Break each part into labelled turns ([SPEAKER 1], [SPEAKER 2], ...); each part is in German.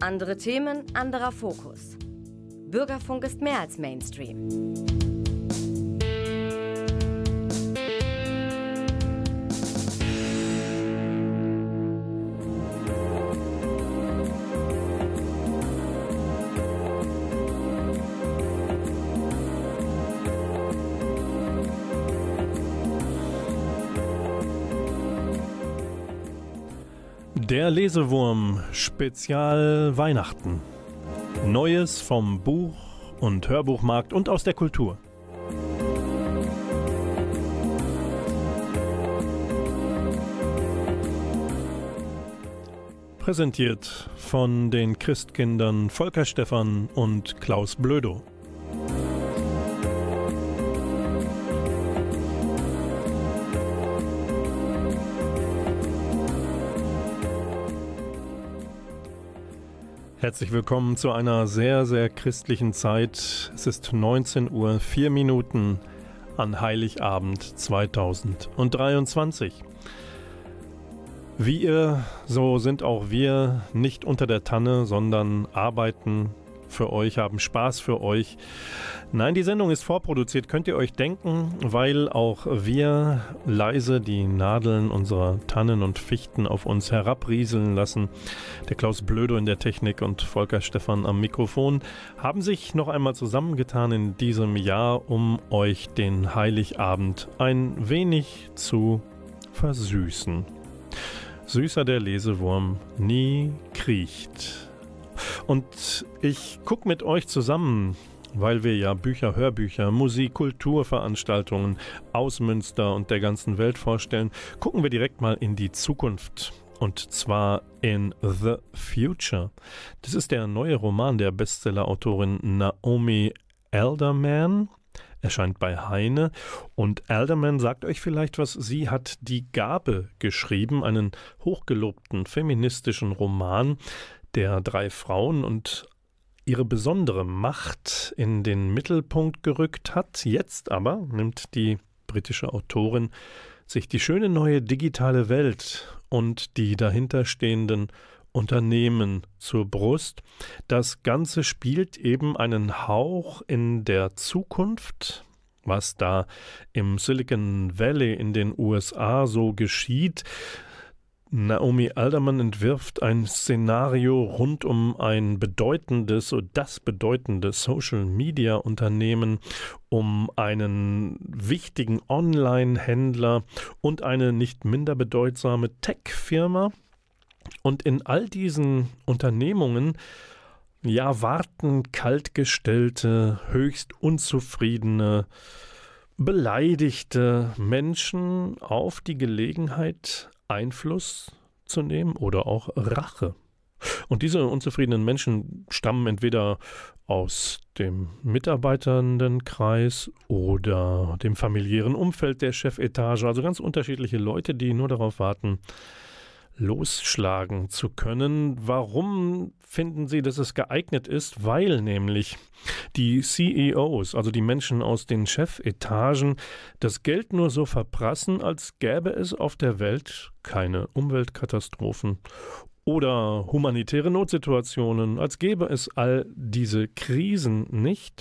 [SPEAKER 1] Andere Themen, anderer Fokus. Bürgerfunk ist mehr als Mainstream.
[SPEAKER 2] Der Lesewurm Spezial Weihnachten. Neues vom Buch- und Hörbuchmarkt und aus der Kultur. Präsentiert von den Christkindern Volker Stephan und Klaus Blödo. Herzlich willkommen zu einer sehr, sehr christlichen Zeit. Es ist 19 Uhr 4 Minuten an Heiligabend 2023. Wie ihr, so sind auch wir nicht unter der Tanne, sondern arbeiten für euch, haben Spaß für euch. Nein, die Sendung ist vorproduziert, könnt ihr euch denken, weil auch wir leise die Nadeln unserer Tannen und Fichten auf uns herabrieseln lassen. Der Klaus Blödo in der Technik und Volker Stephan am Mikrofon haben sich noch einmal zusammengetan in diesem Jahr, um euch den Heiligabend ein wenig zu versüßen. Süßer der Lesewurm nie kriecht. Und ich gucke mit euch zusammen, weil wir ja Bücher, Hörbücher, Musik, Kulturveranstaltungen aus Münster und der ganzen Welt vorstellen, gucken wir direkt mal in die Zukunft. Und zwar in The Future. Das ist der neue Roman der Bestsellerautorin Naomi Alderman. Erscheint bei Heine. Und Alderman sagt euch vielleicht was. Sie hat Die Gabe geschrieben, einen hochgelobten feministischen Roman, der 3 Frauen und ihre besondere Macht in den Mittelpunkt gerückt hat. Jetzt aber nimmt die britische Autorin sich die schöne neue digitale Welt und die dahinterstehenden Unternehmen zur Brust. Das Ganze spielt eben einen Hauch in der Zukunft, was da im Silicon Valley in den USA so geschieht. Naomi Alderman entwirft ein Szenario rund um ein bedeutendes Social-Media-Unternehmen, um einen wichtigen Online-Händler und eine nicht minder bedeutsame Tech-Firma. Und in all diesen Unternehmungen warten kaltgestellte, höchst unzufriedene, beleidigte Menschen auf die Gelegenheit, Einfluss zu nehmen oder auch Rache. Und diese unzufriedenen Menschen stammen entweder aus dem Mitarbeitendenkreis oder dem familiären Umfeld der Chefetage, also ganz unterschiedliche Leute, die nur darauf warten, losschlagen zu können. Warum finden Sie, dass es geeignet ist? Weil nämlich die CEOs, also die Menschen aus den Chefetagen, das Geld nur so verprassen, als gäbe es auf der Welt keine Umweltkatastrophen oder humanitäre Notsituationen, als gäbe es all diese Krisen nicht.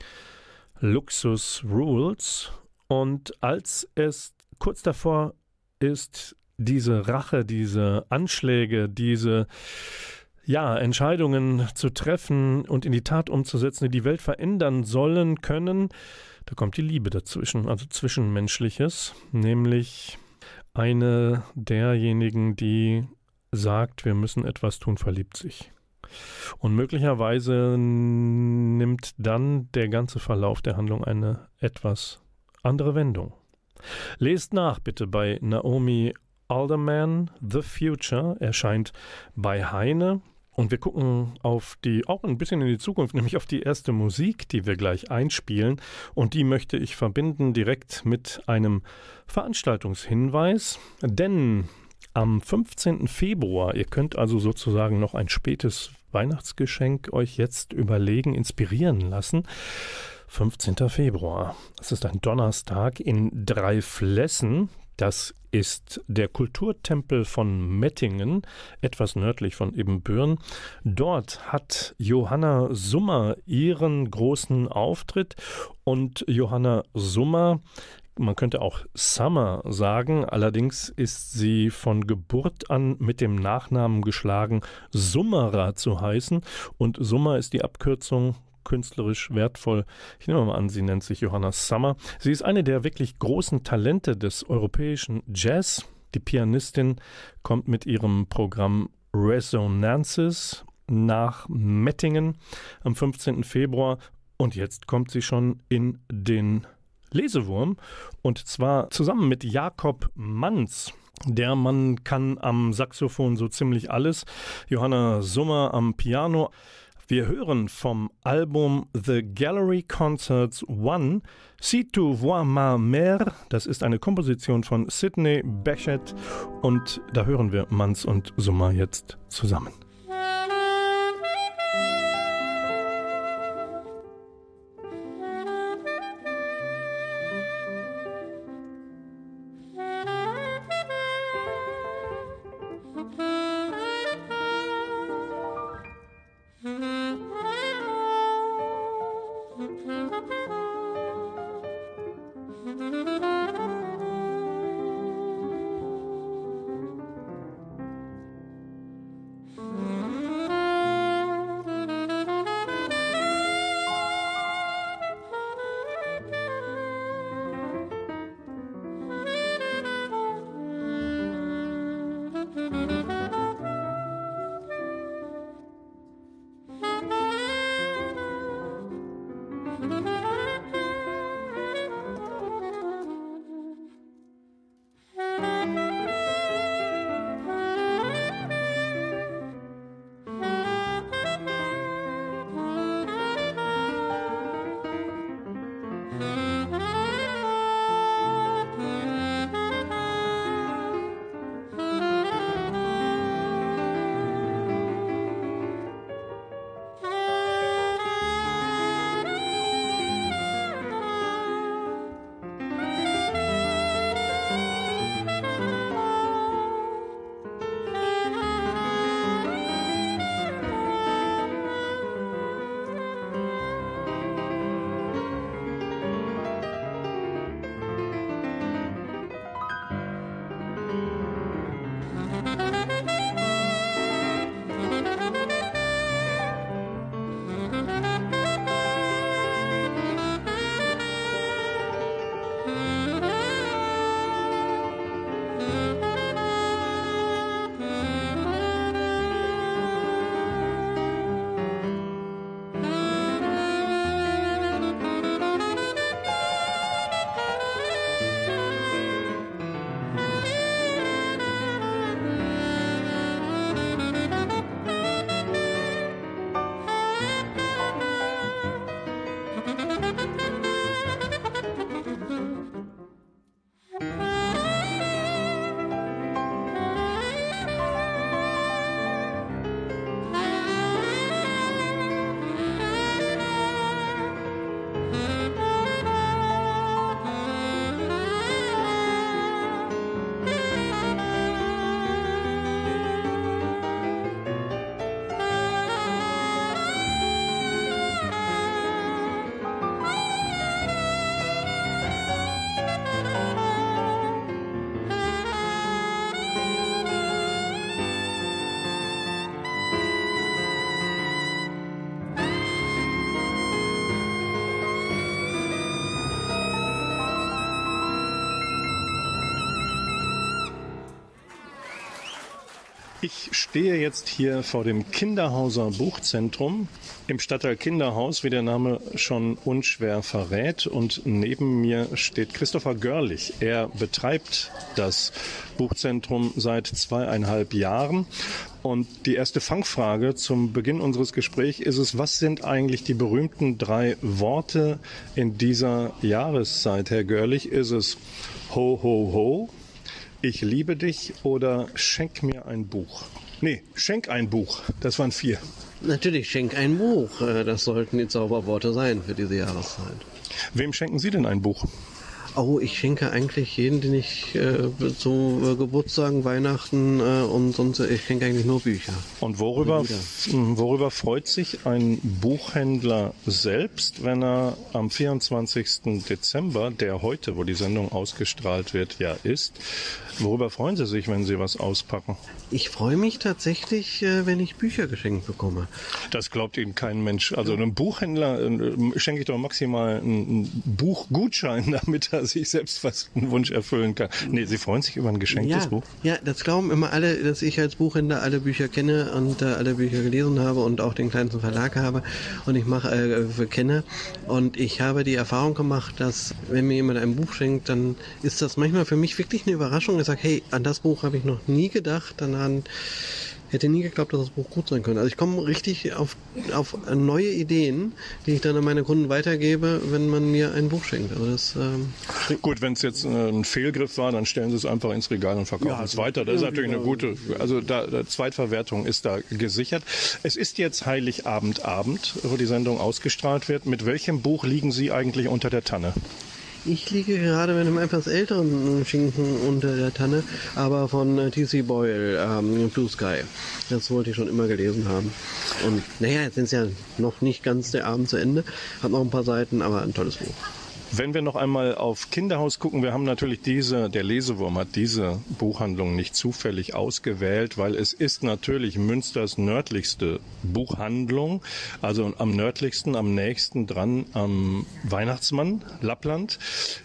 [SPEAKER 2] Luxus rules. Und als es kurz davor ist, diese Rache, diese Anschläge, diese Entscheidungen zu treffen und in die Tat umzusetzen, die die Welt verändern sollen können, da kommt die Liebe dazwischen, also Zwischenmenschliches, nämlich eine derjenigen, die sagt, wir müssen etwas tun, verliebt sich. Und möglicherweise nimmt dann der ganze Verlauf der Handlung eine etwas andere Wendung. Lest nach bitte bei Naomi Alderman, The Future, erscheint bei Heine. Und wir gucken auch ein bisschen in die Zukunft, nämlich auf die erste Musik, die wir gleich einspielen. Und die möchte ich verbinden direkt mit einem Veranstaltungshinweis. Denn am 15. Februar, ihr könnt also sozusagen noch ein spätes Weihnachtsgeschenk euch jetzt überlegen, inspirieren lassen. 15. Februar, das ist ein Donnerstag in Dreiflessen. Das ist der Kulturtempel von Mettingen, etwas nördlich von Ibbenbüren. Dort hat Johanna Summer ihren großen Auftritt. Und Johanna Summer, man könnte auch Summer sagen, allerdings ist sie von Geburt an mit dem Nachnamen geschlagen, Summerer zu heißen. Und Summer ist die Abkürzung, künstlerisch wertvoll. Ich nehme mal an, sie nennt sich Johanna Summer. Sie ist eine der wirklich großen Talente des europäischen Jazz. Die Pianistin kommt mit ihrem Programm Resonances nach Mettingen am 15. Februar. Und jetzt kommt sie schon in den Lesewurm, und zwar zusammen mit Jakob Manz. Der Mann kann am Saxophon so ziemlich alles. Johanna Summer am Piano. Wir hören vom Album The Gallery Concerts 1 Si tu vois ma mère. Das ist eine Komposition von Sidney Bechet, und da hören wir Manz und Summer jetzt zusammen. Ich stehe jetzt hier vor dem Kinderhauser Buchzentrum im Stadtteil Kinderhaus, wie der Name schon unschwer verrät. Und neben mir steht Christopher Görlich. Er betreibt das Buchzentrum seit 2,5 Jahren. Und die erste Fangfrage zum Beginn unseres Gesprächs ist es, was sind eigentlich die berühmten 3 Worte in dieser Jahreszeit, Herr Görlich? Ist es ho, ho, ho, ich liebe dich oder schenk mir ein Buch? Nee, schenk ein Buch. Das waren 4.
[SPEAKER 3] Natürlich, schenk ein Buch. Das sollten die Zauberworte sein für diese Jahreszeit.
[SPEAKER 2] Wem schenken Sie denn ein Buch?
[SPEAKER 3] Oh, ich schenke eigentlich jeden, den ich zu Geburtstagen, Weihnachten und sonst, ich schenke eigentlich nur Bücher.
[SPEAKER 2] Und worüber freut sich ein Buchhändler selbst, wenn er am 24. Dezember, der heute, wo die Sendung ausgestrahlt wird, ja ist, worüber freuen Sie sich, wenn Sie was auspacken?
[SPEAKER 3] Ich freue mich tatsächlich, wenn ich Bücher geschenkt bekomme.
[SPEAKER 2] Das glaubt Ihnen kein Mensch. Also einem Buchhändler schenke ich doch maximal einen Buchgutschein, damit er sich selbst einen Wunsch erfüllen kann. Nee, Sie freuen sich über ein geschenktes Buch?
[SPEAKER 3] Ja, das glauben immer alle, dass ich als Buchhändler alle Bücher kenne und alle Bücher gelesen habe und auch den kleinsten Verlag habe und ich kenne. Und ich habe die Erfahrung gemacht, dass wenn mir jemand ein Buch schenkt, dann ist das manchmal für mich wirklich eine Überraschung. Ich sage, hey, an das Buch habe ich noch nie gedacht, hätte nie geglaubt, dass das Buch gut sein könnte. Also ich komme richtig auf neue Ideen, die ich dann an meine Kunden weitergebe, wenn man mir ein Buch schenkt. Also das,
[SPEAKER 2] gut, wenn es jetzt ein Fehlgriff war, dann stellen Sie es einfach ins Regal und verkaufen es weiter. Das ist natürlich eine gute, also Zweitverwertung ist da gesichert. Es ist jetzt Heiligabend, wo die Sendung ausgestrahlt wird. Mit welchem Buch liegen Sie eigentlich unter der Tanne?
[SPEAKER 3] Ich liege gerade mit einem etwas älteren Schinken unter der Tanne, aber von T.C. Boyle, Blue Sky. Das wollte ich schon immer gelesen haben. Und naja, jetzt ist ja noch nicht ganz der Abend zu Ende. Hat noch ein paar Seiten, aber ein tolles Buch.
[SPEAKER 2] Wenn wir noch einmal auf Kinderhaus gucken, wir haben natürlich der Lesewurm hat diese Buchhandlung nicht zufällig ausgewählt, weil es ist natürlich Münsters nördlichste Buchhandlung, also am nördlichsten, am nächsten dran am Weihnachtsmann, Lappland.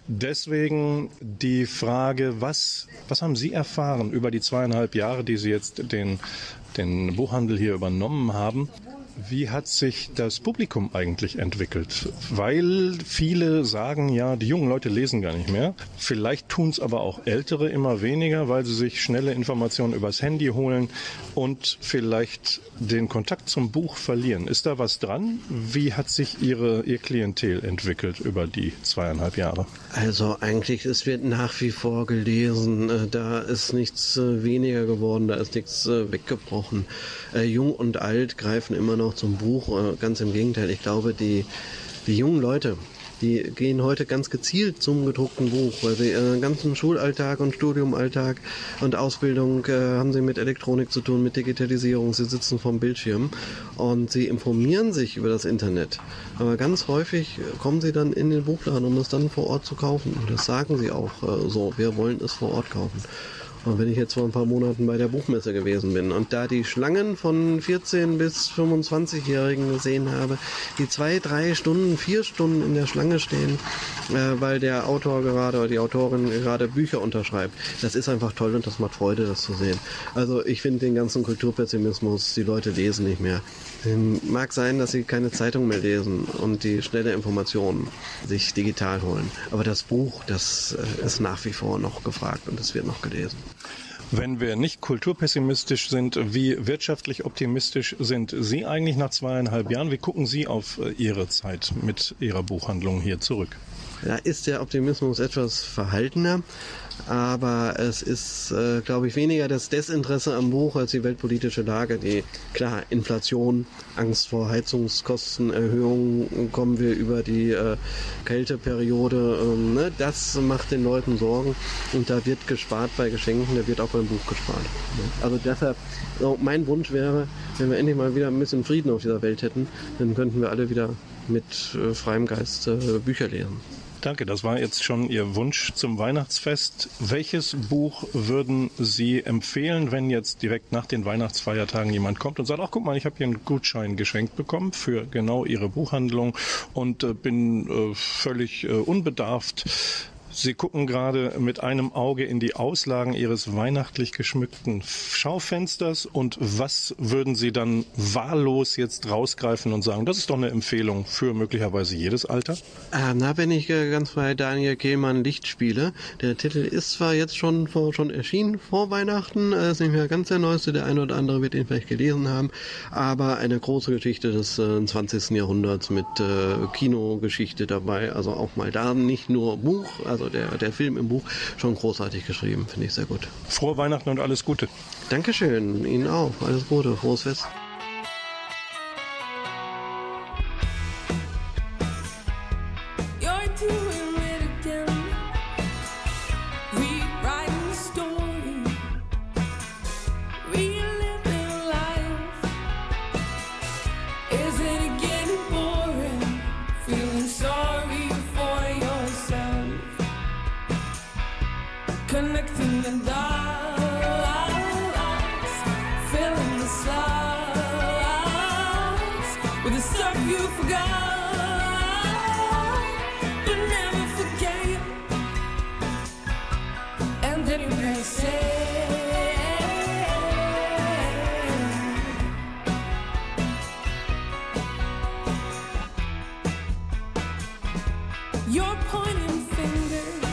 [SPEAKER 2] Deswegen die Frage, was haben Sie erfahren über die 2,5 Jahre, die Sie jetzt den Buchhandel hier übernommen haben? Wie hat sich das Publikum eigentlich entwickelt? Weil viele sagen, ja, die jungen Leute lesen gar nicht mehr. Vielleicht tun es aber auch Ältere immer weniger, weil sie sich schnelle Informationen übers Handy holen und vielleicht den Kontakt zum Buch verlieren. Ist da was dran? Wie hat sich Ihr Klientel entwickelt über die 2,5 Jahre?
[SPEAKER 3] Also eigentlich, es wird nach wie vor gelesen. Da ist nichts weniger geworden, da ist nichts weggebrochen. Jung und alt greifen immer noch zum Buch. Ganz im Gegenteil, ich glaube, die jungen Leute, die gehen heute ganz gezielt zum gedruckten Buch, weil sie ihren ganzen Schulalltag und Studiumalltag und Ausbildung haben sie mit Elektronik zu tun, mit Digitalisierung. Sie sitzen vorm Bildschirm und sie informieren sich über das Internet. Aber ganz häufig kommen sie dann in den Buchladen, um es dann vor Ort zu kaufen. Und das sagen sie auch so, wir wollen es vor Ort kaufen. Und wenn ich jetzt vor ein paar Monaten bei der Buchmesse gewesen bin und da die Schlangen von 14- bis 25-Jährigen gesehen habe, die 2, 3 Stunden, 4 Stunden in der Schlange stehen, weil der Autor oder die Autorin gerade Bücher unterschreibt, das ist einfach toll und das macht Freude, das zu sehen. Also ich finde den ganzen Kulturpessimismus, die Leute lesen nicht mehr. Mag sein, dass sie keine Zeitung mehr lesen und die schnelle Informationen sich digital holen. Aber das Buch, das ist nach wie vor noch gefragt und es wird noch gelesen.
[SPEAKER 2] Wenn wir nicht kulturpessimistisch sind, wie wirtschaftlich optimistisch sind Sie eigentlich nach 2,5 Jahren? Wie gucken Sie auf Ihre Zeit mit Ihrer Buchhandlung hier zurück?
[SPEAKER 3] Da ist der Optimismus etwas verhaltener, aber es ist, glaube ich, weniger das Desinteresse am Buch als die weltpolitische Lage. Die, klar, Inflation, Angst vor Heizungskostenerhöhungen, kommen wir über die Kälteperiode, das macht den Leuten Sorgen und da wird gespart bei Geschenken, da wird auch beim Buch gespart. Also deshalb, mein Wunsch wäre, wenn wir endlich mal wieder ein bisschen Frieden auf dieser Welt hätten, dann könnten wir alle wieder mit freiem Geist Bücher lesen.
[SPEAKER 2] Danke, das war jetzt schon Ihr Wunsch zum Weihnachtsfest. Welches Buch würden Sie empfehlen, wenn jetzt direkt nach den Weihnachtsfeiertagen jemand kommt und sagt, ach guck mal, ich habe hier einen Gutschein geschenkt bekommen für genau Ihre Buchhandlung und bin völlig unbedarft. Sie gucken gerade mit einem Auge in die Auslagen Ihres weihnachtlich geschmückten Schaufensters und was würden Sie dann wahllos jetzt rausgreifen und sagen, das ist doch eine Empfehlung für möglicherweise jedes Alter?
[SPEAKER 3] Da bin ich ganz bei Daniel Kehlmann, Lichtspiele. Der Titel ist zwar jetzt schon erschienen vor Weihnachten, ist nicht mehr ganz der neueste, der eine oder andere wird ihn vielleicht gelesen haben, aber eine große Geschichte des 20. Jahrhunderts mit Kinogeschichte dabei, also auch mal da nicht nur Buch, also der Film im Buch, schon großartig geschrieben, finde ich sehr gut.
[SPEAKER 2] Frohe Weihnachten und alles Gute.
[SPEAKER 3] Dankeschön, Ihnen auch, alles Gute, frohes Fest.
[SPEAKER 4] you forgot, but never forgave. And then you may say, you're pointing fingers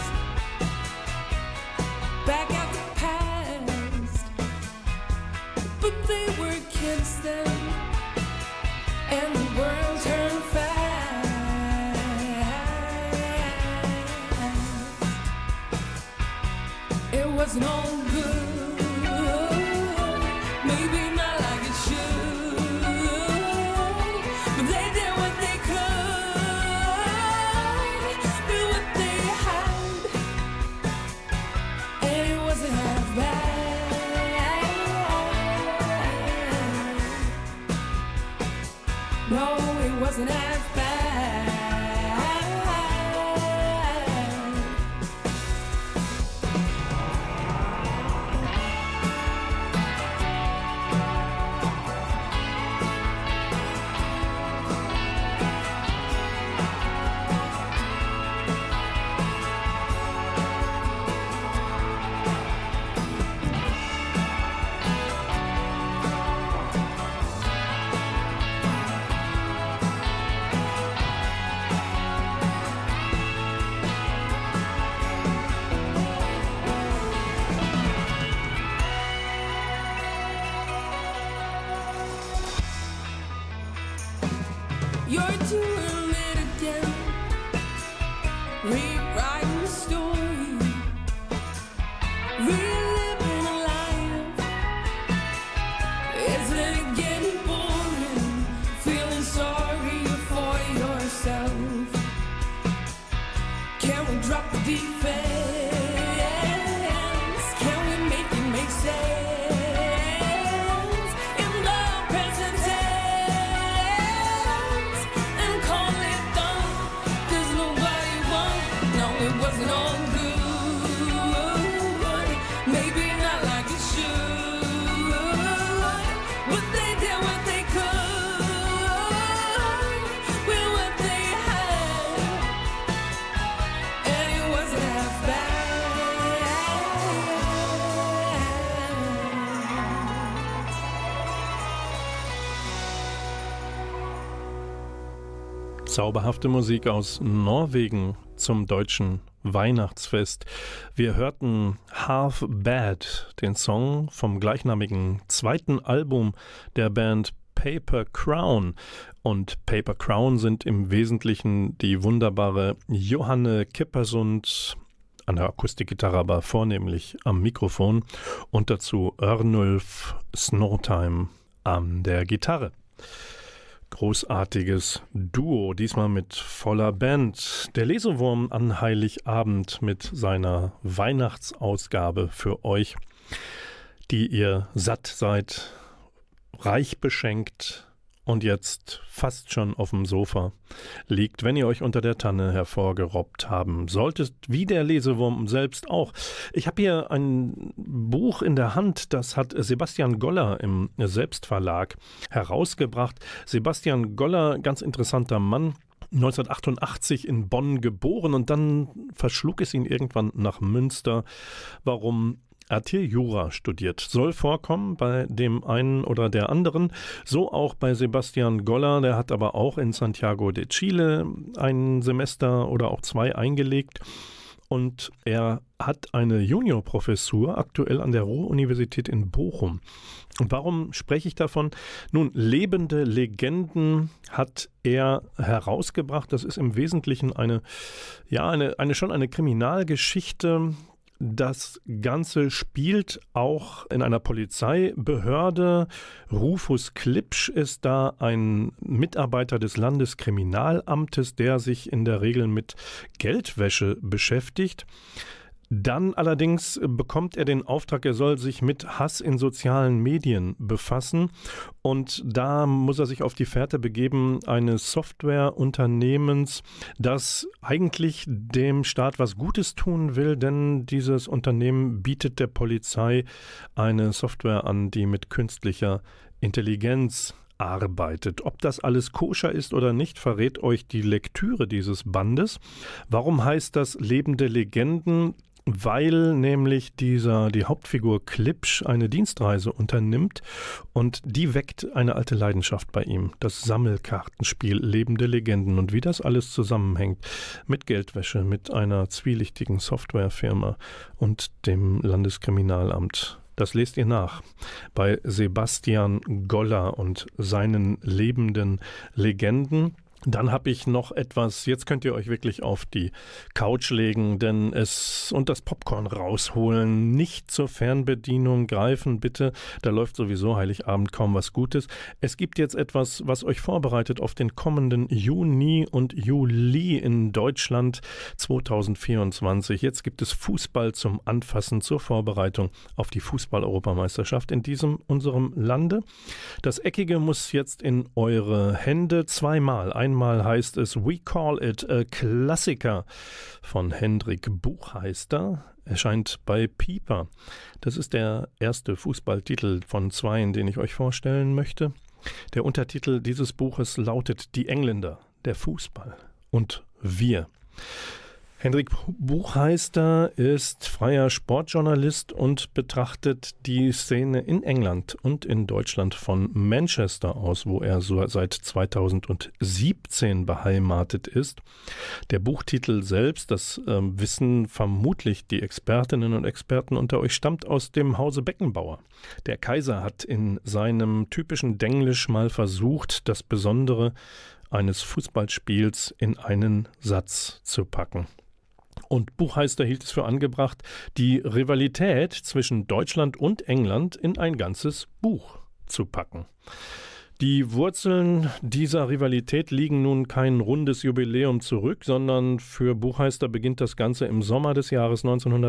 [SPEAKER 4] back at the past, but they were kids then, and the world turned fast. It wasn't all good, maybe not like it should, but they did what they could, do what they had, and it wasn't half bad. No, it wasn't half bad. You're doing it again, rewriting the story, reliving a life. Isn't it getting boring, feeling sorry for yourself? Can we drop the defense? Can we make it make sense in the present tense and call it done? 'Cause nobody won. No, it wasn't all good. Maybe not like it should, but they did what they could with what they had, and it wasn't half bad.
[SPEAKER 2] Zauberhafte Musik aus Norwegen zum deutschen Weihnachtsfest. Wir hörten Half Bad, den Song vom gleichnamigen zweiten Album der Band Paper Crown. Und Paper Crown sind im Wesentlichen die wunderbare Johanne Kippersund an der Akustikgitarre, aber vornehmlich am Mikrofon, und dazu Örnulf Snortheim an der Gitarre. Großartiges Duo, diesmal mit voller Band. Der Lesewurm an Heiligabend mit seiner Weihnachtsausgabe für euch, die ihr satt seid, reich beschenkt und jetzt fast schon auf dem Sofa liegt, wenn ihr euch unter der Tanne hervorgerobbt haben solltet, wie der Lesewurm selbst auch. Ich habe hier ein Buch in der Hand, das hat Sebastian Goller im Selbstverlag herausgebracht. Sebastian Goller, ganz interessanter Mann, 1988 in Bonn geboren, und dann verschlug es ihn irgendwann nach Münster. Warum? Er hat hier Jura studiert. Soll vorkommen bei dem einen oder der anderen. So auch bei Sebastian Goller. Der hat aber auch in Santiago de Chile ein Semester oder auch zwei eingelegt. Und er hat eine Juniorprofessur aktuell an der Ruhr-Universität in Bochum. Und warum spreche ich davon? Nun, Lebende Legenden hat er herausgebracht. Das ist im Wesentlichen eine Kriminalgeschichte. Das Ganze spielt auch in einer Polizeibehörde. Rufus Klipsch ist da ein Mitarbeiter des Landeskriminalamtes, der sich in der Regel mit Geldwäsche beschäftigt. Dann allerdings bekommt er den Auftrag, er soll sich mit Hass in sozialen Medien befassen, und da muss er sich auf die Fährte begeben eines Softwareunternehmens, das eigentlich dem Staat was Gutes tun will, denn dieses Unternehmen bietet der Polizei eine Software an, die mit künstlicher Intelligenz arbeitet. Ob das alles koscher ist oder nicht, verrät euch die Lektüre dieses Bandes. Warum heißt das Lebende Legenden? Weil nämlich die Hauptfigur Klipsch eine Dienstreise unternimmt und die weckt eine alte Leidenschaft bei ihm. Das Sammelkartenspiel Lebende Legenden und wie das alles zusammenhängt mit Geldwäsche, mit einer zwielichtigen Softwarefirma und dem Landeskriminalamt. Das lest ihr nach bei Sebastian Goller und seinen lebenden Legenden. Dann habe ich noch etwas, jetzt könnt ihr euch wirklich auf die Couch legen, und das Popcorn rausholen, nicht zur Fernbedienung greifen, bitte, da läuft sowieso Heiligabend kaum was Gutes. Es gibt jetzt etwas, was euch vorbereitet auf den kommenden Juni und Juli in Deutschland 2024. Jetzt gibt es Fußball zum Anfassen, zur Vorbereitung auf die Fußball-Europameisterschaft in unserem Lande. Das Eckige muss jetzt in eure Hände zweimal. Einmal heißt es We Call It a Klassiker von Hendrik Buchheister. Erscheint bei Piper. Das ist der erste Fußballtitel von zweien, den ich euch vorstellen möchte. Der Untertitel dieses Buches lautet Die Engländer, der Fußball und wir. Hendrik Buchheister ist freier Sportjournalist und betrachtet die Szene in England und in Deutschland von Manchester aus, wo er so seit 2017 beheimatet ist. Der Buchtitel selbst, das wissen vermutlich die Expertinnen und Experten unter euch, stammt aus dem Hause Beckenbauer. Der Kaiser hat in seinem typischen Denglisch mal versucht, das Besondere eines Fußballspiels in einen Satz zu packen. Und Buchheister hielt es für angebracht, die Rivalität zwischen Deutschland und England in ein ganzes Buch zu packen. Die Wurzeln dieser Rivalität liegen nun kein rundes Jubiläum zurück, sondern für Buchheister beginnt das Ganze im Sommer des Jahres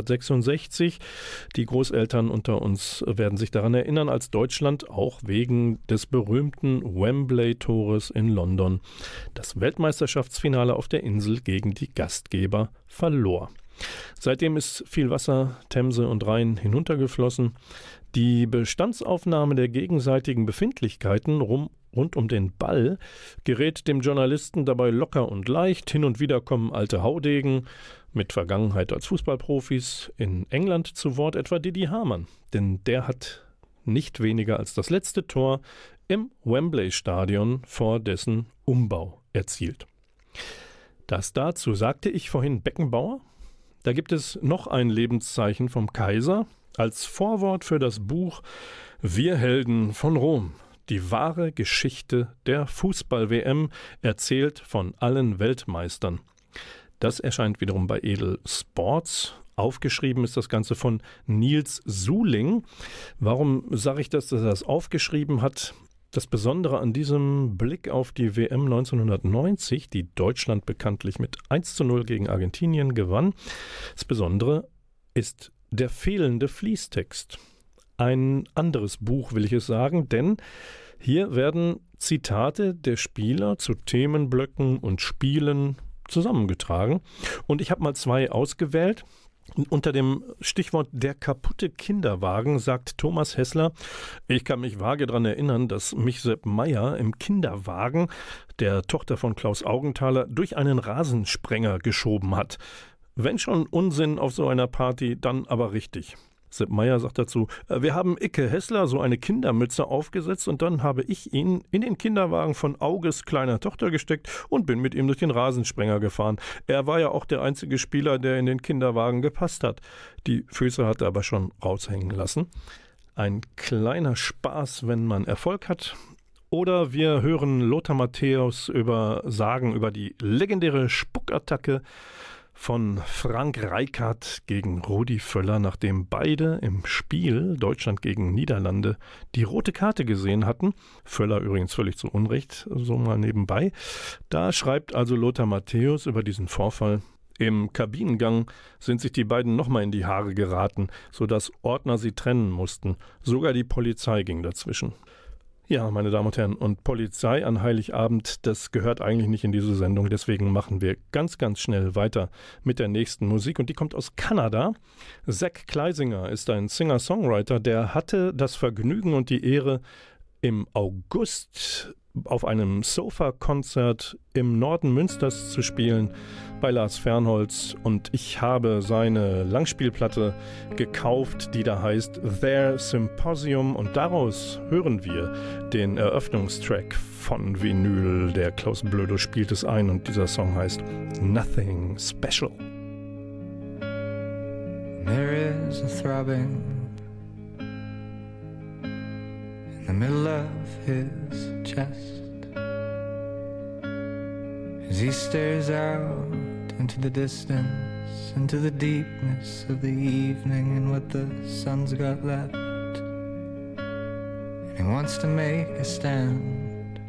[SPEAKER 2] 1966. Die Großeltern unter uns werden sich daran erinnern, als Deutschland auch wegen des berühmten Wembley-Tores in London das Weltmeisterschaftsfinale auf der Insel gegen die Gastgeber verlor. Seitdem ist viel Wasser, Themse und Rhein hinuntergeflossen. Die Bestandsaufnahme der gegenseitigen Befindlichkeiten rund um den Ball gerät dem Journalisten dabei locker und leicht. Hin und wieder kommen alte Haudegen mit Vergangenheit als Fußballprofis in England zu Wort, etwa Didi Hamann. Denn der hat nicht weniger als das letzte Tor im Wembley-Stadion vor dessen Umbau erzielt. Das dazu sagte ich vorhin Beckenbauer. Da gibt es noch ein Lebenszeichen vom Kaiser als Vorwort für das Buch Wir Helden von Rom. Die wahre Geschichte der Fußball-WM, erzählt von allen Weltmeistern. Das erscheint wiederum bei Edel Sports. Aufgeschrieben ist das Ganze von Nils Suhling. Warum sage ich das, dass er das aufgeschrieben hat? Das Besondere an diesem Blick auf die WM 1990, die Deutschland bekanntlich mit 1:0 gegen Argentinien gewann, das Besondere ist der fehlende Fließtext. Ein anderes Buch, will ich es sagen, denn hier werden Zitate der Spieler zu Themenblöcken und Spielen zusammengetragen. Und ich habe mal zwei ausgewählt. Unter dem Stichwort der kaputte Kinderwagen sagt Thomas Hessler: Ich kann mich vage daran erinnern, dass mich Sepp Maier im Kinderwagen, der Tochter von Klaus Augenthaler, durch einen Rasensprenger geschoben hat. Wenn schon Unsinn auf so einer Party, dann aber richtig. Sepp Maier sagt dazu: Wir haben Icke Hessler so eine Kindermütze aufgesetzt und dann habe ich ihn in den Kinderwagen von Auges kleiner Tochter gesteckt und bin mit ihm durch den Rasensprenger gefahren. Er war ja auch der einzige Spieler, der in den Kinderwagen gepasst hat. Die Füße hat er aber schon raushängen lassen. Ein kleiner Spaß, wenn man Erfolg hat. Oder wir hören Lothar Matthäus sagen über die legendäre Spuckattacke von Frank Rijkaard gegen Rudi Völler, nachdem beide im Spiel Deutschland gegen Niederlande die rote Karte gesehen hatten. Völler übrigens völlig zu Unrecht, so mal nebenbei. Da schreibt also Lothar Matthäus über diesen Vorfall: Im Kabinengang sind sich die beiden nochmal in die Haare geraten, sodass Ordner sie trennen mussten. Sogar die Polizei ging dazwischen. Ja, meine Damen und Herren, und Polizei an Heiligabend, das gehört eigentlich nicht in diese Sendung. Deswegen machen wir ganz, ganz schnell weiter mit der nächsten Musik. Und die kommt aus Kanada. Zach Kleisinger ist ein Singer-Songwriter, der hatte das Vergnügen und die Ehre, im August auf einem Sofa-Konzert im Norden Münsters zu spielen bei Lars Fernholz, und ich habe seine Langspielplatte gekauft, die da heißt Their Symposium, und daraus hören wir den Eröffnungstrack von Vinyl. Der Klaus Blödo spielt es ein und dieser Song heißt Nothing Special.
[SPEAKER 5] There is a throbbing in the middle of his chest as he stares out into the distance, into the deepness of the evening and what the sun's got left. And he wants to make a stand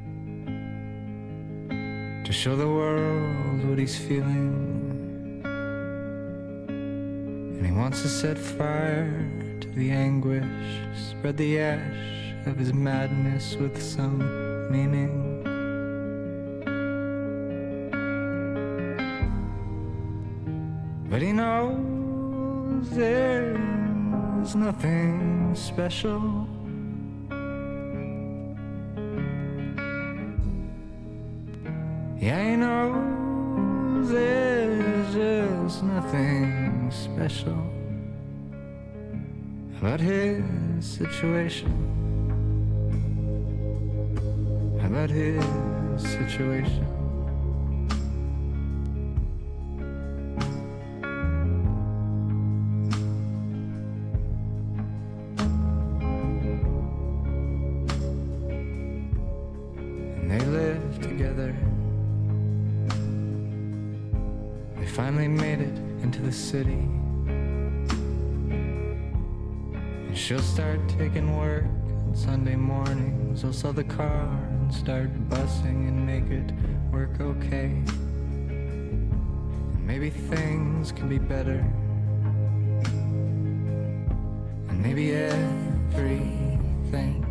[SPEAKER 5] to show the world what he's feeling. And he wants to set fire to the anguish, spread the ash of his madness with some meaning. But he knows there's nothing special. Yeah, he knows there's just nothing special about his situation, about his situation. And they lived together. They finally made it into the city. She'll start taking work on Sunday mornings. He'll sell the car and start bussing and make it work okay. And maybe things can be better. And maybe everything.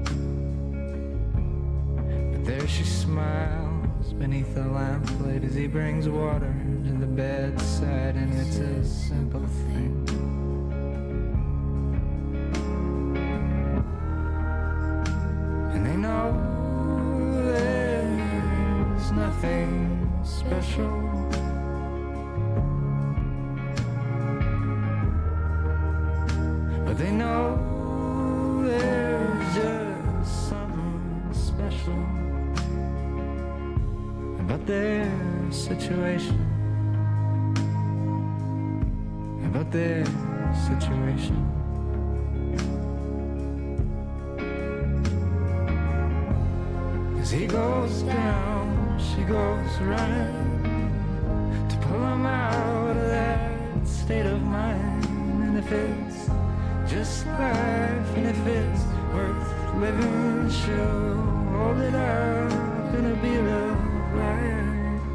[SPEAKER 5] But there she smiles beneath the lamplight as he brings water to the bedside, and it's a simple thing. Nothing special, but they know there's just something special about their situation, about their situation. As he goes down, she goes running to pull him out of that state of mind. And if it's just life, and if it's worth living, she'll hold it up and it'll be real right.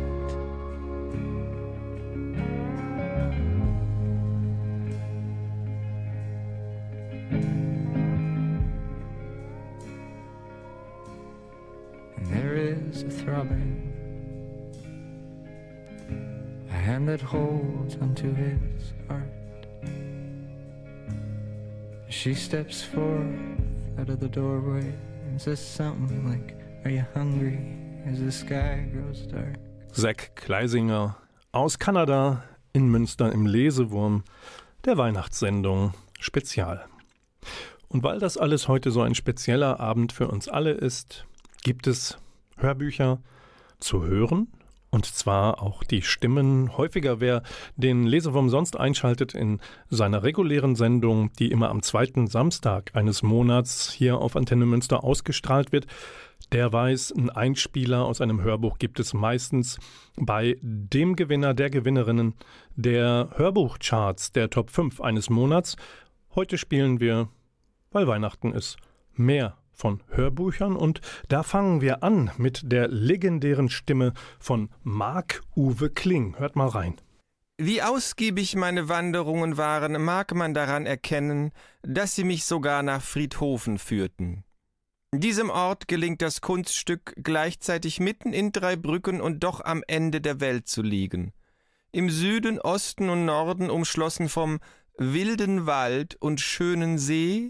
[SPEAKER 5] And there is a throbbing, a hand that holds onto his heart. She steps forth out of the doorway and says something like, "Are you hungry?" as the sky grows dark.
[SPEAKER 2] Zack Kleisinger aus Kanada in Münster im Lesewurm der Weihnachtssendung Spezial. Und weil das alles heute so ein spezieller Abend für uns alle ist, gibt es Hörbücher zu hören. Und zwar auch die Stimmen häufiger. Wer den Lesewurm sonst einschaltet in seiner regulären Sendung, die immer am zweiten Samstag eines Monats hier auf Antenne Münster ausgestrahlt wird, der weiß, einen Einspieler aus einem Hörbuch gibt es meistens bei dem Gewinner, der Gewinnerinnen der Hörbuchcharts der Top 5 eines Monats. Heute spielen wir, weil Weihnachten ist, mehr von Hörbüchern, und da fangen wir an mit der legendären Stimme von Marc-Uwe Kling. Hört mal rein.
[SPEAKER 6] Wie ausgiebig meine Wanderungen waren, mag man daran erkennen, dass sie mich sogar nach Friedhofen führten. Diesem Ort gelingt das Kunststück, gleichzeitig mitten in 3 Brücken und doch am Ende der Welt zu liegen. Im Süden, Osten und Norden umschlossen vom wilden Wald und schönen See,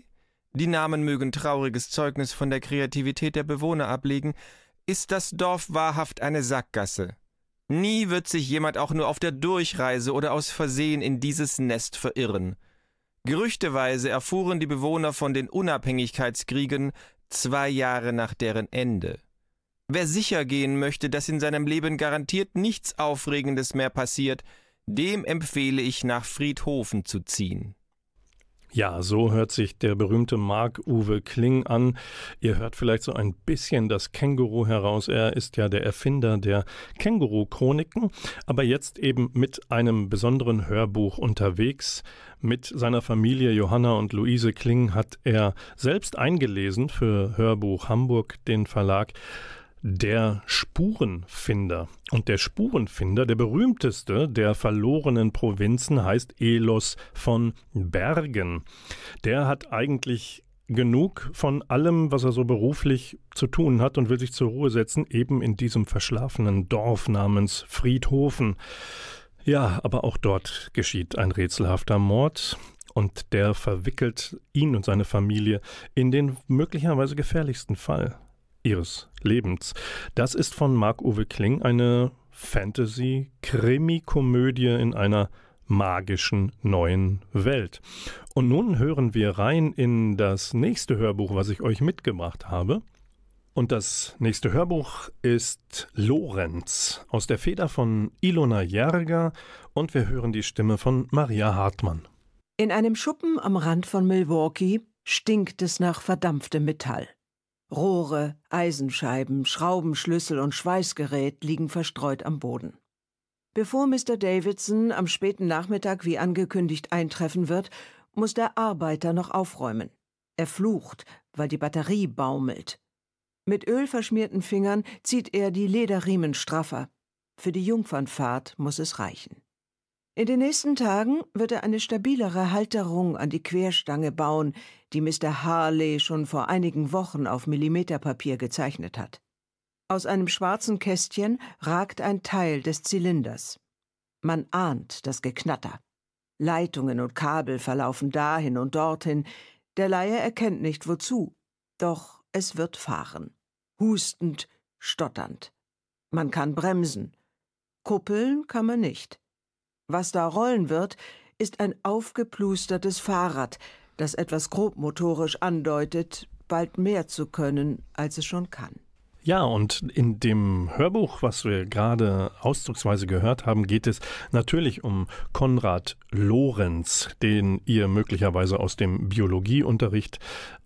[SPEAKER 6] die Namen mögen trauriges Zeugnis von der Kreativität der Bewohner ablegen, ist das Dorf wahrhaft eine Sackgasse. Nie wird sich jemand auch nur auf der Durchreise oder aus Versehen in dieses Nest verirren. Gerüchteweise erfuhren die Bewohner von den Unabhängigkeitskriegen 2 Jahre nach deren Ende. Wer sicher gehen möchte, dass in seinem Leben garantiert nichts Aufregendes mehr passiert, dem empfehle ich, nach Friedhofen zu ziehen.
[SPEAKER 2] Ja, so hört sich der berühmte Marc-Uwe Kling an. Ihr hört vielleicht so ein bisschen das Känguru heraus. Er ist ja der Erfinder der Känguru-Chroniken, aber jetzt eben mit einem besonderen Hörbuch unterwegs. Mit seiner Familie Johanna und Luise Kling hat er selbst eingelesen für Hörbuch Hamburg, den Verlag. Der Spurenfinder. Und der Spurenfinder, der berühmteste der verlorenen Provinzen, heißt Elos von Bergen. Der hat eigentlich genug von allem, was er so beruflich zu tun hat und will sich zur Ruhe setzen, eben in diesem verschlafenen Dorf namens Friedhofen. Ja, aber auch dort geschieht ein rätselhafter Mord. Und der verwickelt ihn und seine Familie in den möglicherweise gefährlichsten Fall ihres Lebens. Das ist von Marc-Uwe Kling eine Fantasy-Krimi-Komödie in einer magischen neuen Welt. Und nun hören wir rein in das nächste Hörbuch, was ich euch mitgebracht habe. Und das nächste Hörbuch ist Lorenz aus der Feder von Ilona Järger und wir hören die Stimme von Maria Hartmann.
[SPEAKER 7] In einem Schuppen am Rand von Milwaukee stinkt es nach verdampftem Metall. Rohre, Eisenscheiben, Schraubenschlüssel und Schweißgerät liegen verstreut am Boden. Bevor Mr. Davidson am späten Nachmittag wie angekündigt eintreffen wird, muss der Arbeiter noch aufräumen. Er flucht, weil die Batterie baumelt. Mit ölverschmierten Fingern zieht er die Lederriemen straffer. Für die Jungfernfahrt muss es reichen. In den nächsten Tagen wird er eine stabilere Halterung an die Querstange bauen, die Mr. Harley schon vor einigen Wochen auf Millimeterpapier gezeichnet hat. Aus einem schwarzen Kästchen ragt ein Teil des Zylinders. Man ahnt das Geknatter. Leitungen und Kabel verlaufen dahin und dorthin. Der Laie erkennt nicht wozu. Doch es wird fahren. Hustend, stotternd. Man kann bremsen. Kuppeln kann man nicht. Was da rollen wird, ist ein aufgeplustertes Fahrrad, das etwas grobmotorisch andeutet, bald mehr zu können, als es schon kann.
[SPEAKER 2] Ja, und in dem Hörbuch, was wir gerade ausdrucksweise gehört haben, geht es natürlich um Konrad Lorenz, den ihr möglicherweise aus dem Biologieunterricht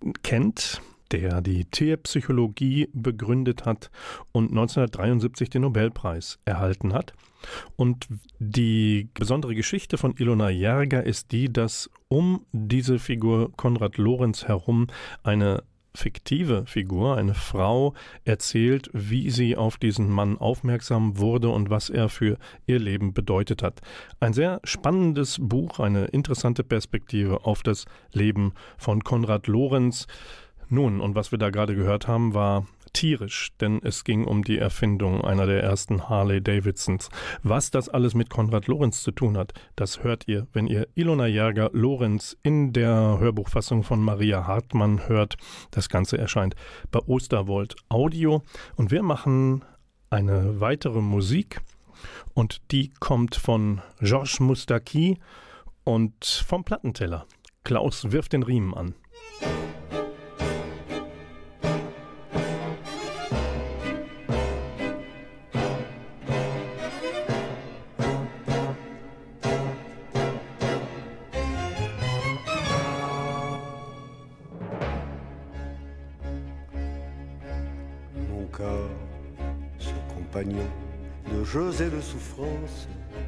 [SPEAKER 2] kennt, der die Tierpsychologie begründet hat und 1973 den Nobelpreis erhalten hat. Und die besondere Geschichte von Ilona Järger ist die, dass um diese Figur Konrad Lorenz herum eine fiktive Figur, eine Frau, erzählt, wie sie auf diesen Mann aufmerksam wurde und was er für ihr Leben bedeutet hat. Ein sehr spannendes Buch, eine interessante Perspektive auf das Leben von Konrad Lorenz. Nun, und was wir da gerade gehört haben, war tierisch, denn es ging um die Erfindung einer der ersten Harley-Davidsons. Was das alles mit Konrad Lorenz zu tun hat, das hört ihr, wenn ihr Ilona Järger Lorenz in der Hörbuchfassung von Maria Hartmann hört. Das Ganze erscheint bei Osterwold Audio und wir machen eine weitere Musik und die kommt von Georges Moustaki und vom Plattenteller. Klaus wirft den Riemen an.
[SPEAKER 8] De jeux et de souffrances,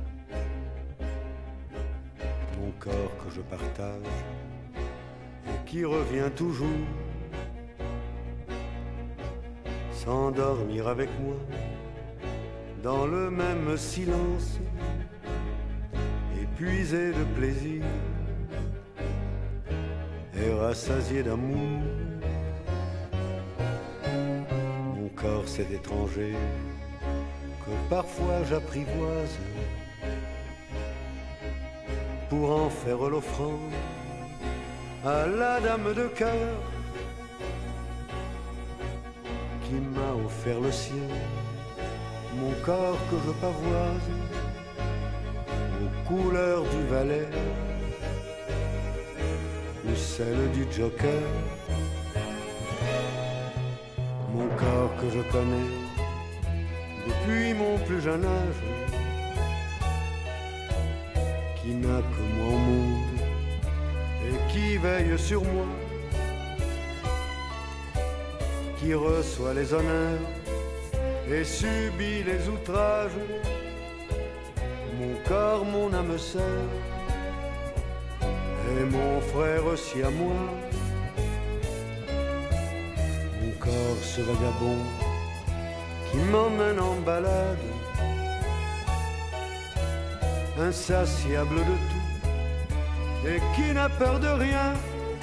[SPEAKER 8] mon corps que je partage et qui revient toujours, s'endormir avec moi dans le même silence, épuisé de plaisir et rassasié d'amour. Mon corps cet étranger que parfois j'apprivoise pour en faire l'offrande à la dame de cœur qui m'a offert le ciel, mon corps que je pavoise aux couleurs du Valais ou celle du Joker. Mon corps que je connais depuis mon plus jeune âge, qui n'a que moi au monde et qui veille sur moi, qui reçoit les honneurs et subit les outrages. Mon corps, mon âme sœur et mon frère aussi à moi. Mon corps, ce vagabond qui m'emmène en balade, insatiable de tout et qui n'a peur de rien,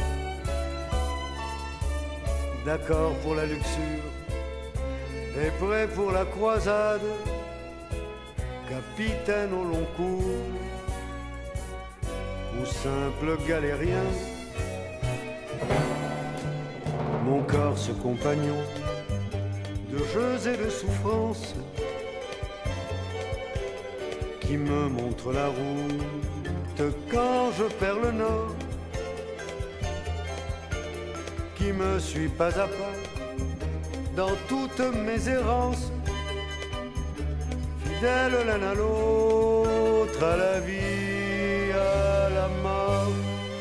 [SPEAKER 8] d'accord pour la luxure et prêt pour la croisade, capitaine au long cours ou simple galérien. Mon corps, ce compagnon de jeux et de souffrances, qui me montre la route quand je perds le nord, qui me suit pas à pas dans toutes mes errances, fidèles l'un à l'autre, à la vie, à la mort.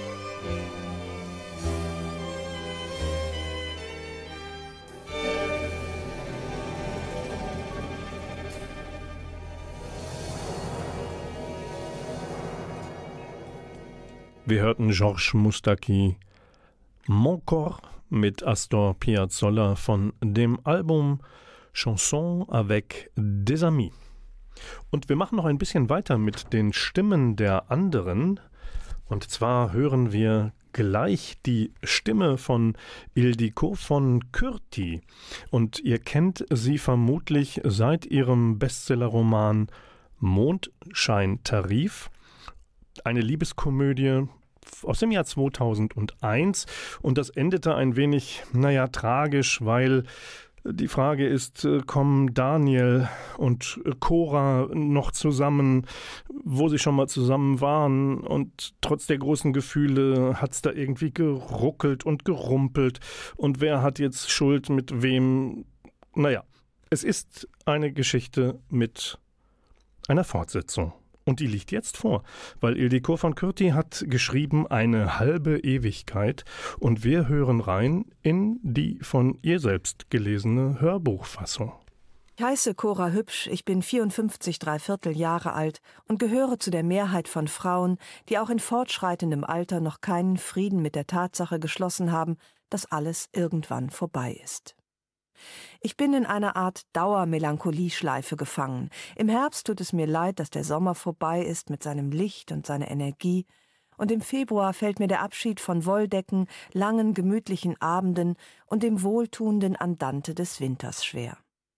[SPEAKER 2] Wir hörten Georges Moustaki, Mon Corps mit Astor Piazzolla von dem Album Chanson avec des amis. Und wir machen noch ein bisschen weiter mit den Stimmen der anderen. Und zwar hören wir gleich die Stimme von Ildikó von Kürti. Und ihr kennt sie vermutlich seit ihrem Bestsellerroman Mondscheintarif. Eine Liebeskomödie aus dem Jahr 2001 und das endete ein wenig, tragisch, weil die Frage ist, kommen Daniel und Cora noch zusammen, wo sie schon mal zusammen waren, und trotz der großen Gefühle hat es da irgendwie geruckelt und gerumpelt und wer hat jetzt Schuld mit wem? Es ist eine Geschichte mit einer Fortsetzung. Und die liegt jetzt vor, weil Ildikó von Kürti hat geschrieben Eine halbe Ewigkeit und wir hören rein in die von ihr selbst gelesene Hörbuchfassung.
[SPEAKER 7] Ich heiße Cora Hübsch, ich bin 54 3/4 Jahre alt und gehöre zu der Mehrheit von Frauen, die auch in fortschreitendem Alter noch keinen Frieden mit der Tatsache geschlossen haben, dass alles irgendwann vorbei ist. Ich bin in einer Art Dauermelancholie-Schleife gefangen. Im Herbst tut es mir leid, dass der Sommer vorbei ist mit seinem Licht und seiner Energie. Und im Februar fällt mir der Abschied von Wolldecken, langen, gemütlichen Abenden und dem wohltuenden Andante des Winters schwer.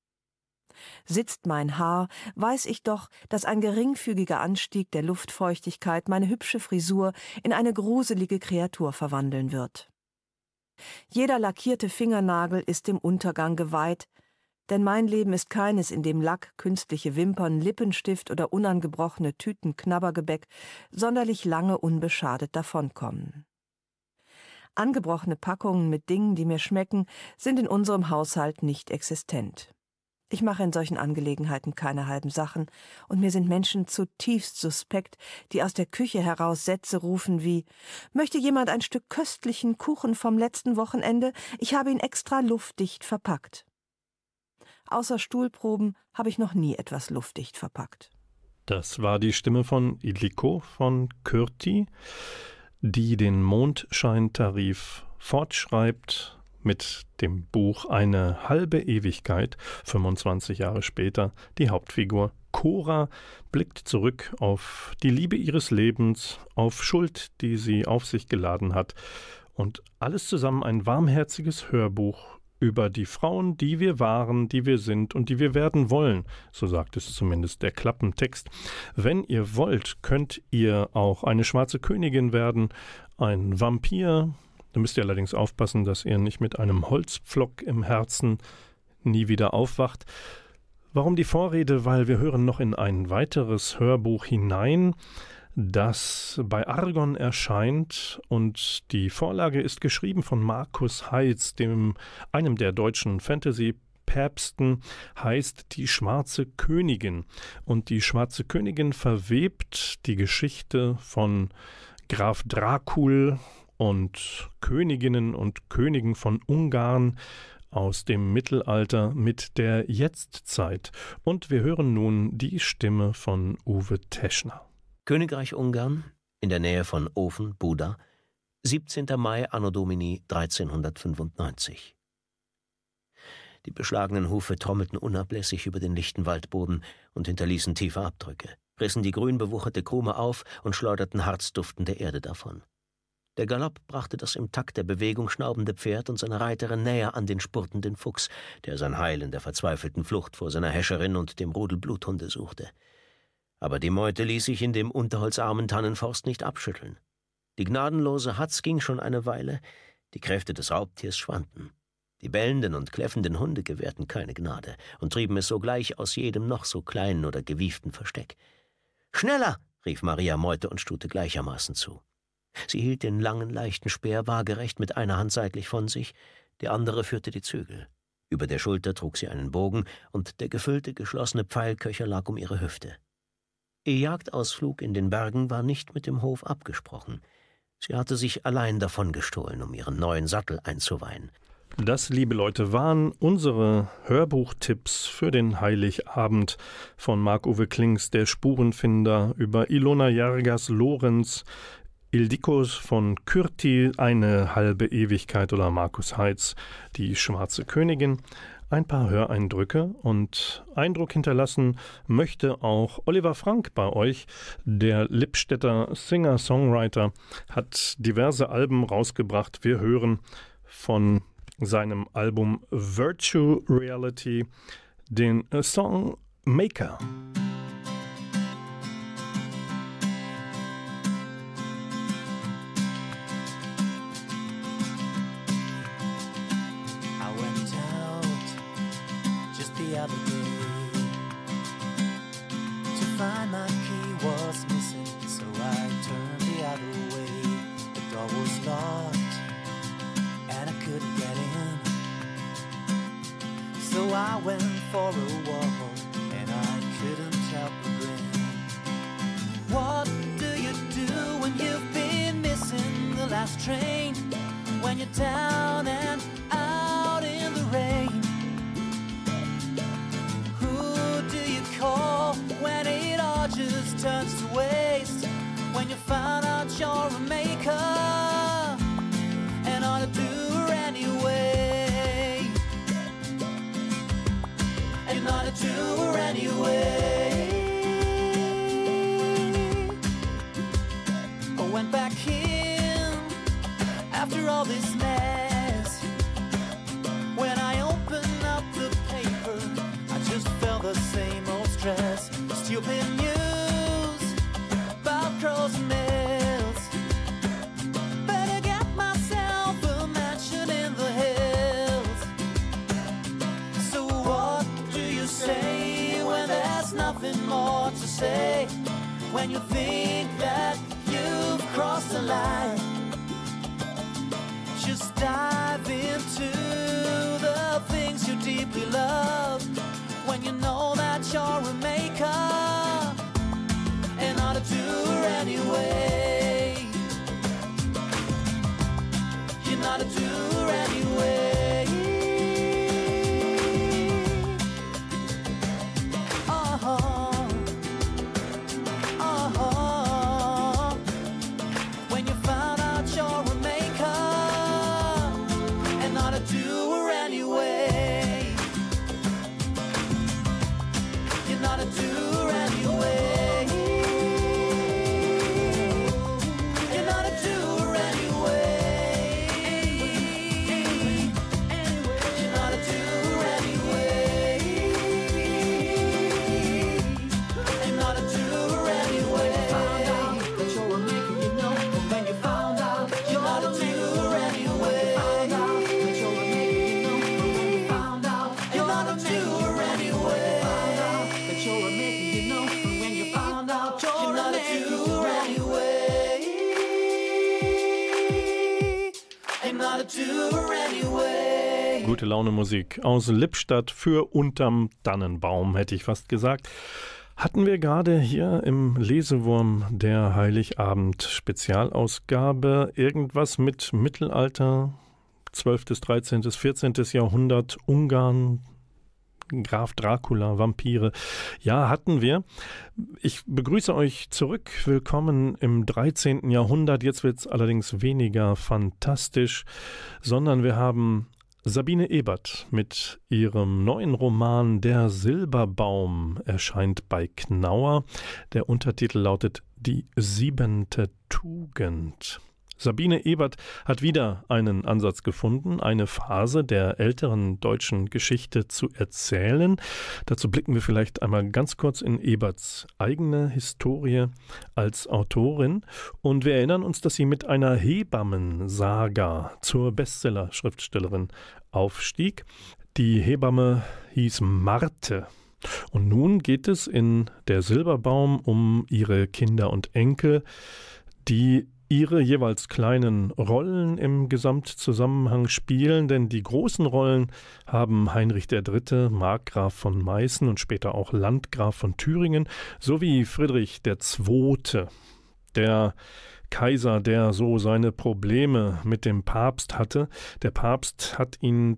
[SPEAKER 7] Sitzt mein Haar, weiß ich doch, dass ein geringfügiger Anstieg der Luftfeuchtigkeit meine hübsche Frisur in eine gruselige Kreatur verwandeln wird. Jeder lackierte Fingernagel ist dem Untergang geweiht, denn mein Leben ist keines, in dem Lack, künstliche Wimpern, Lippenstift oder unangebrochene Tüten Knabbergebäck sonderlich lange unbeschadet davonkommen. Angebrochene Packungen mit Dingen, die mir schmecken, sind in unserem Haushalt nicht existent. Ich mache in solchen Angelegenheiten keine halben Sachen, und mir sind Menschen zutiefst suspekt, die aus der Küche heraus Sätze rufen wie: »Möchte jemand ein Stück köstlichen Kuchen vom letzten Wochenende? Ich habe ihn extra luftdicht verpackt.« Außer Stuhlproben habe ich noch nie etwas luftdicht verpackt.
[SPEAKER 2] Das war die Stimme von Ildikó von Kürti, die den Mondscheintarif fortschreibt mit dem Buch Eine halbe Ewigkeit. 25 Jahre später die Hauptfigur Cora blickt zurück auf die Liebe ihres Lebens, auf Schuld, die sie auf sich geladen hat, und alles zusammen ein warmherziges Hörbuch über die Frauen, die wir waren, die wir sind und die wir werden wollen. So sagt es zumindest der Klappentext. Wenn ihr wollt, könnt ihr auch eine schwarze Königin werden, ein Vampir. Da müsst ihr allerdings aufpassen, dass ihr nicht mit einem Holzpflock im Herzen nie wieder aufwacht. Warum die Vorrede? Weil wir hören noch in ein weiteres Hörbuch hinein, das bei Argon erscheint, und die Vorlage ist geschrieben von Markus Heitz, einem der deutschen Fantasy-Päpsten, heißt Die schwarze Königin. Und die schwarze Königin verwebt die Geschichte von Graf Dracul und Königinnen und Königen von Ungarn aus dem Mittelalter mit der Jetztzeit. Und wir hören nun die Stimme von Uwe Teschner.
[SPEAKER 9] Königreich Ungarn, in der Nähe von Ofen, Buda, 17. Mai Anno Domini 1395. Die beschlagenen Hufe trommelten unablässig über den lichten Waldboden und hinterließen tiefe Abdrücke, rissen die grün bewucherte Krume auf und schleuderten harzduftende Erde davon. Der Galopp brachte das im Takt der Bewegung schnaubende Pferd und seine Reiterin näher an den spurtenden Fuchs, der sein Heil in der verzweifelten Flucht vor seiner Häscherin und dem Rudel Bluthunde suchte. Aber die Meute ließ sich in dem unterholzarmen Tannenforst nicht abschütteln. Die gnadenlose Hatz ging schon eine Weile, die Kräfte des Raubtiers schwanden. Die bellenden und kläffenden Hunde gewährten keine Gnade und trieben es sogleich aus jedem noch so kleinen oder gewieften Versteck. »Schneller!« rief Maria Meute und Stute gleichermaßen zu. Sie hielt den langen, leichten Speer waagerecht mit einer Hand seitlich von sich, die andere führte die Zügel. Über der Schulter trug sie einen Bogen, und der gefüllte, geschlossene Pfeilköcher lag um ihre Hüfte. Ihr Jagdausflug in den Bergen war nicht mit dem Hof abgesprochen. Sie hatte sich allein davon gestohlen, um ihren neuen Sattel einzuweihen.
[SPEAKER 2] Das, liebe Leute, waren unsere Hörbuchtipps für den Heiligabend von Marc-Uwe Klings, der Spurenfinder, über Ilona Jargas Lorenz, Ildikos von Kürti, eine halbe Ewigkeit, oder Markus Heitz, die schwarze Königin. Ein paar Höreindrücke, und Eindruck hinterlassen möchte auch Oliver Frank bei euch. Der Lippstädter Singer-Songwriter hat diverse Alben rausgebracht. Wir hören von seinem Album Virtual Reality den Song Maker.
[SPEAKER 10] The other day to find my key was missing, so I turned the other way. The door was locked and I couldn't get in, so I went for a walk and I couldn't help but grin. What do you do when you've been missing the last train? When you're down and out in the rain? When it all just turns to waste, when you find out you're a maker and ought to do her anyway, and ought to do her anyway. I went back in after all this mess. When I opened up the paper, I just felt the same old stress. Stupid news about crows and mills. Better get myself a mansion in the hills. So what do you say when there's nothing more to say? When you think that you've crossed the line, just dive into the things you deeply love. When you know that you're a maker and ought to do her anyway, you ought to do her anyway. Oh, oh, when you found out you're a maker and ought to do her anyway.
[SPEAKER 2] Gute Laune Musik aus Lippstadt für Unterm Tannenbaum, hätte ich fast gesagt. Hatten wir gerade hier im Lesewurm der Heiligabend-Spezialausgabe irgendwas mit Mittelalter, 12., 13., 14. Jahrhundert, Ungarn, Graf Dracula, Vampire. Ja, hatten wir. Ich begrüße euch zurück. Willkommen im 13. Jahrhundert. Jetzt wird es allerdings weniger fantastisch, sondern wir haben Sabine Ebert mit ihrem neuen Roman Der Silberbaum, erscheint bei Knauer. Der Untertitel lautet Die 7. Tugend. Sabine Ebert hat wieder einen Ansatz gefunden, eine Phase der älteren deutschen Geschichte zu erzählen. Dazu blicken wir vielleicht einmal ganz kurz in Eberts eigene Historie als Autorin. Und wir erinnern uns, dass sie mit einer Hebammensaga zur Bestseller-Schriftstellerin aufstieg. Die Hebamme hieß Marthe. Und nun geht es in Der Silberbaum um ihre Kinder und Enkel, die ihre jeweils kleinen Rollen im Gesamtzusammenhang spielen, denn die großen Rollen haben Heinrich III., Markgraf von Meißen und später auch Landgraf von Thüringen, sowie Friedrich II., der Kaiser, der so seine Probleme mit dem Papst hatte. Der Papst hat ihn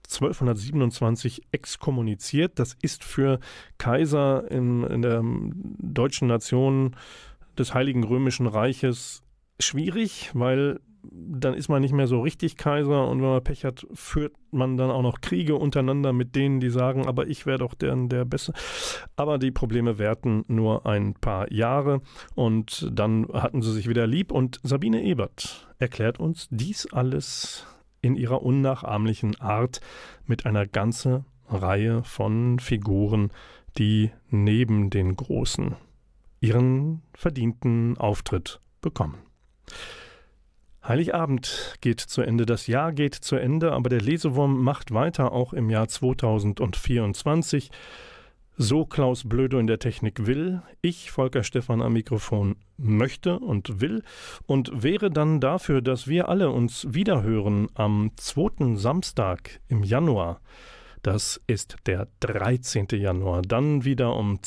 [SPEAKER 2] 1227 exkommuniziert. Das ist für Kaiser in der deutschen Nation des Heiligen Römischen Reiches schwierig, weil dann ist man nicht mehr so richtig Kaiser und wenn man Pech hat, führt man dann auch noch Kriege untereinander mit denen, die sagen, aber ich wäre doch der Beste. Aber die Probleme währten nur ein paar Jahre und dann hatten sie sich wieder lieb und Sabine Ebert erklärt uns dies alles in ihrer unnachahmlichen Art mit einer ganzen Reihe von Figuren, die neben den Großen ihren verdienten Auftritt bekommen. Heiligabend geht zu Ende, das Jahr geht zu Ende, aber der Lesewurm macht weiter, auch im Jahr 2024. So Klaus Blödo in der Technik will, ich, Volker Stephan am Mikrofon, möchte und will und wäre dann dafür, dass wir alle uns wiederhören am 2. Samstag im Januar. Das ist der 13. Januar, dann wieder um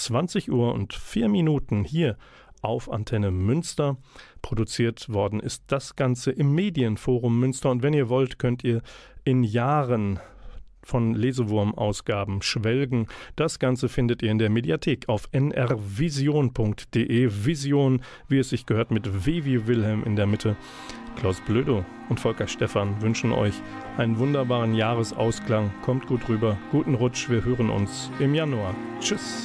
[SPEAKER 2] 20:04 hier auf Antenne Münster. Produziert worden ist das Ganze im Medienforum Münster. Und wenn ihr wollt, könnt ihr in Jahren von Lesewurm-Ausgaben schwelgen. Das Ganze findet ihr in der Mediathek auf nrvision.de. Vision, wie es sich gehört, mit W wie Wilhelm in der Mitte. Klaus Blödo und Volker Stephan wünschen euch einen wunderbaren Jahresausklang. Kommt gut rüber, guten Rutsch. Wir hören uns im Januar. Tschüss.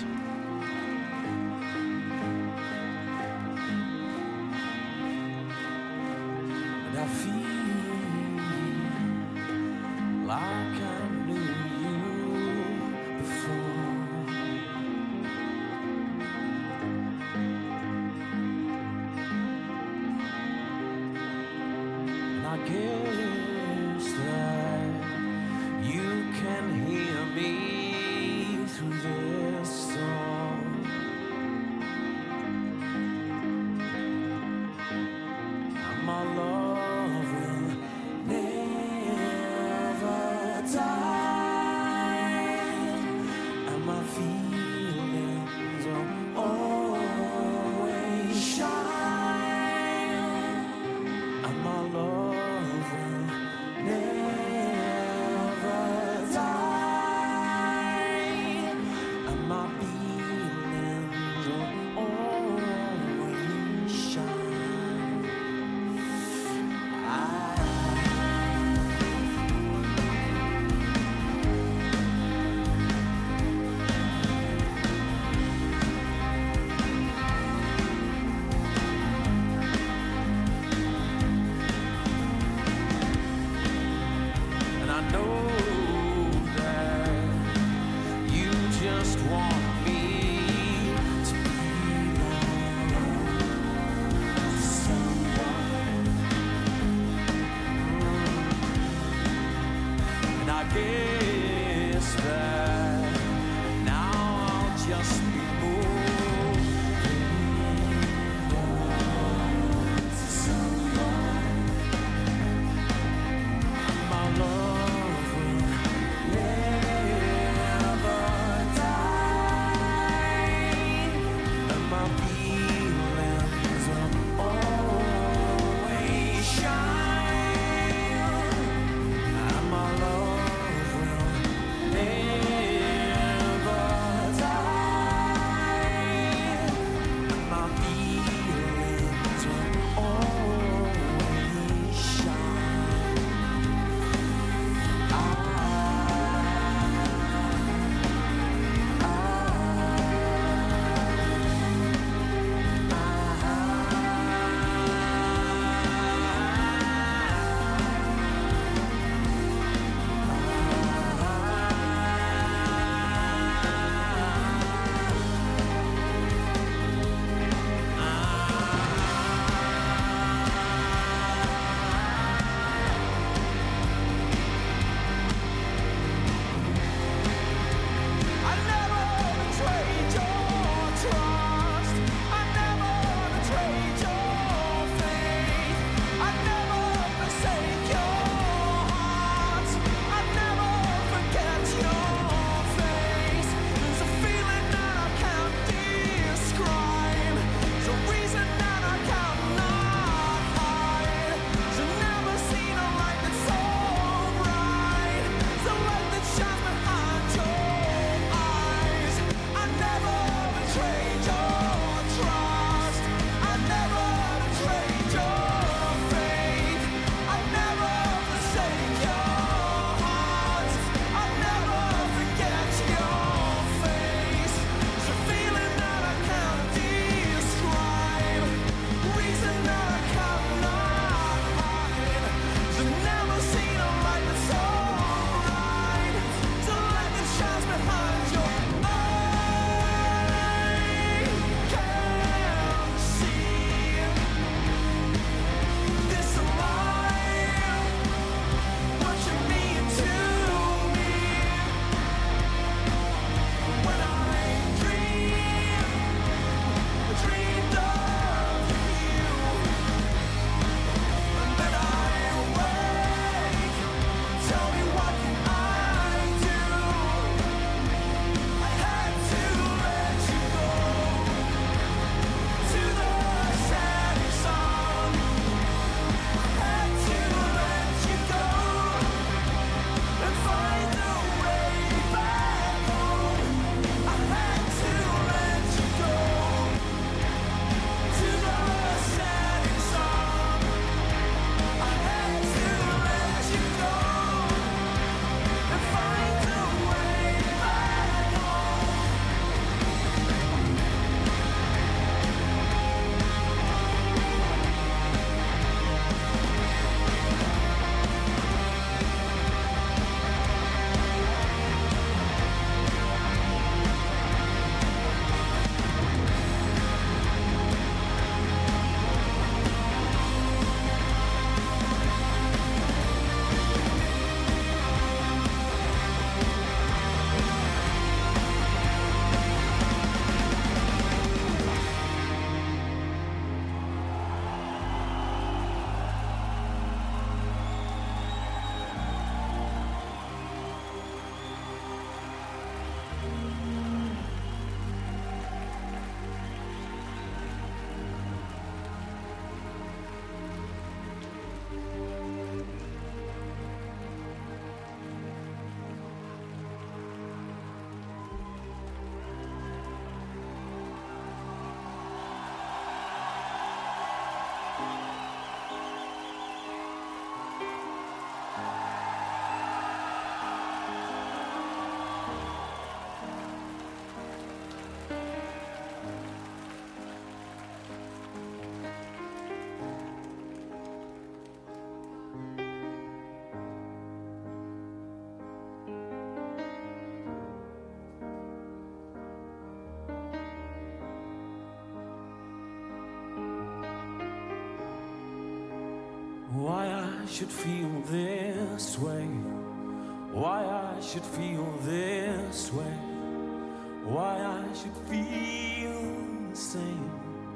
[SPEAKER 5] should feel this way, why I should feel this way, why I should feel the same.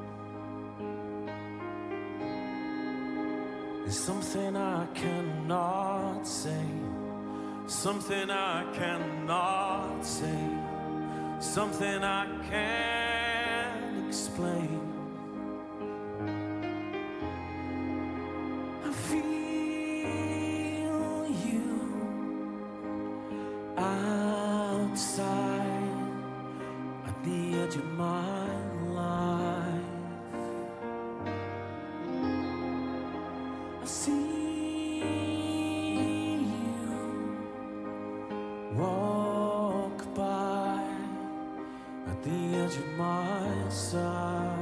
[SPEAKER 5] There's something I cannot say, something I cannot say, something I can't explain. I feel you outside at the edge of my life. I see you walk by at the edge of my side.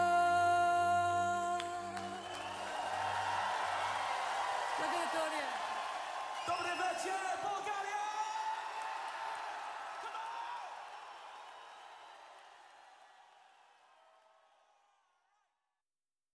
[SPEAKER 4] Look at Antonia.
[SPEAKER 11] Bulgaria!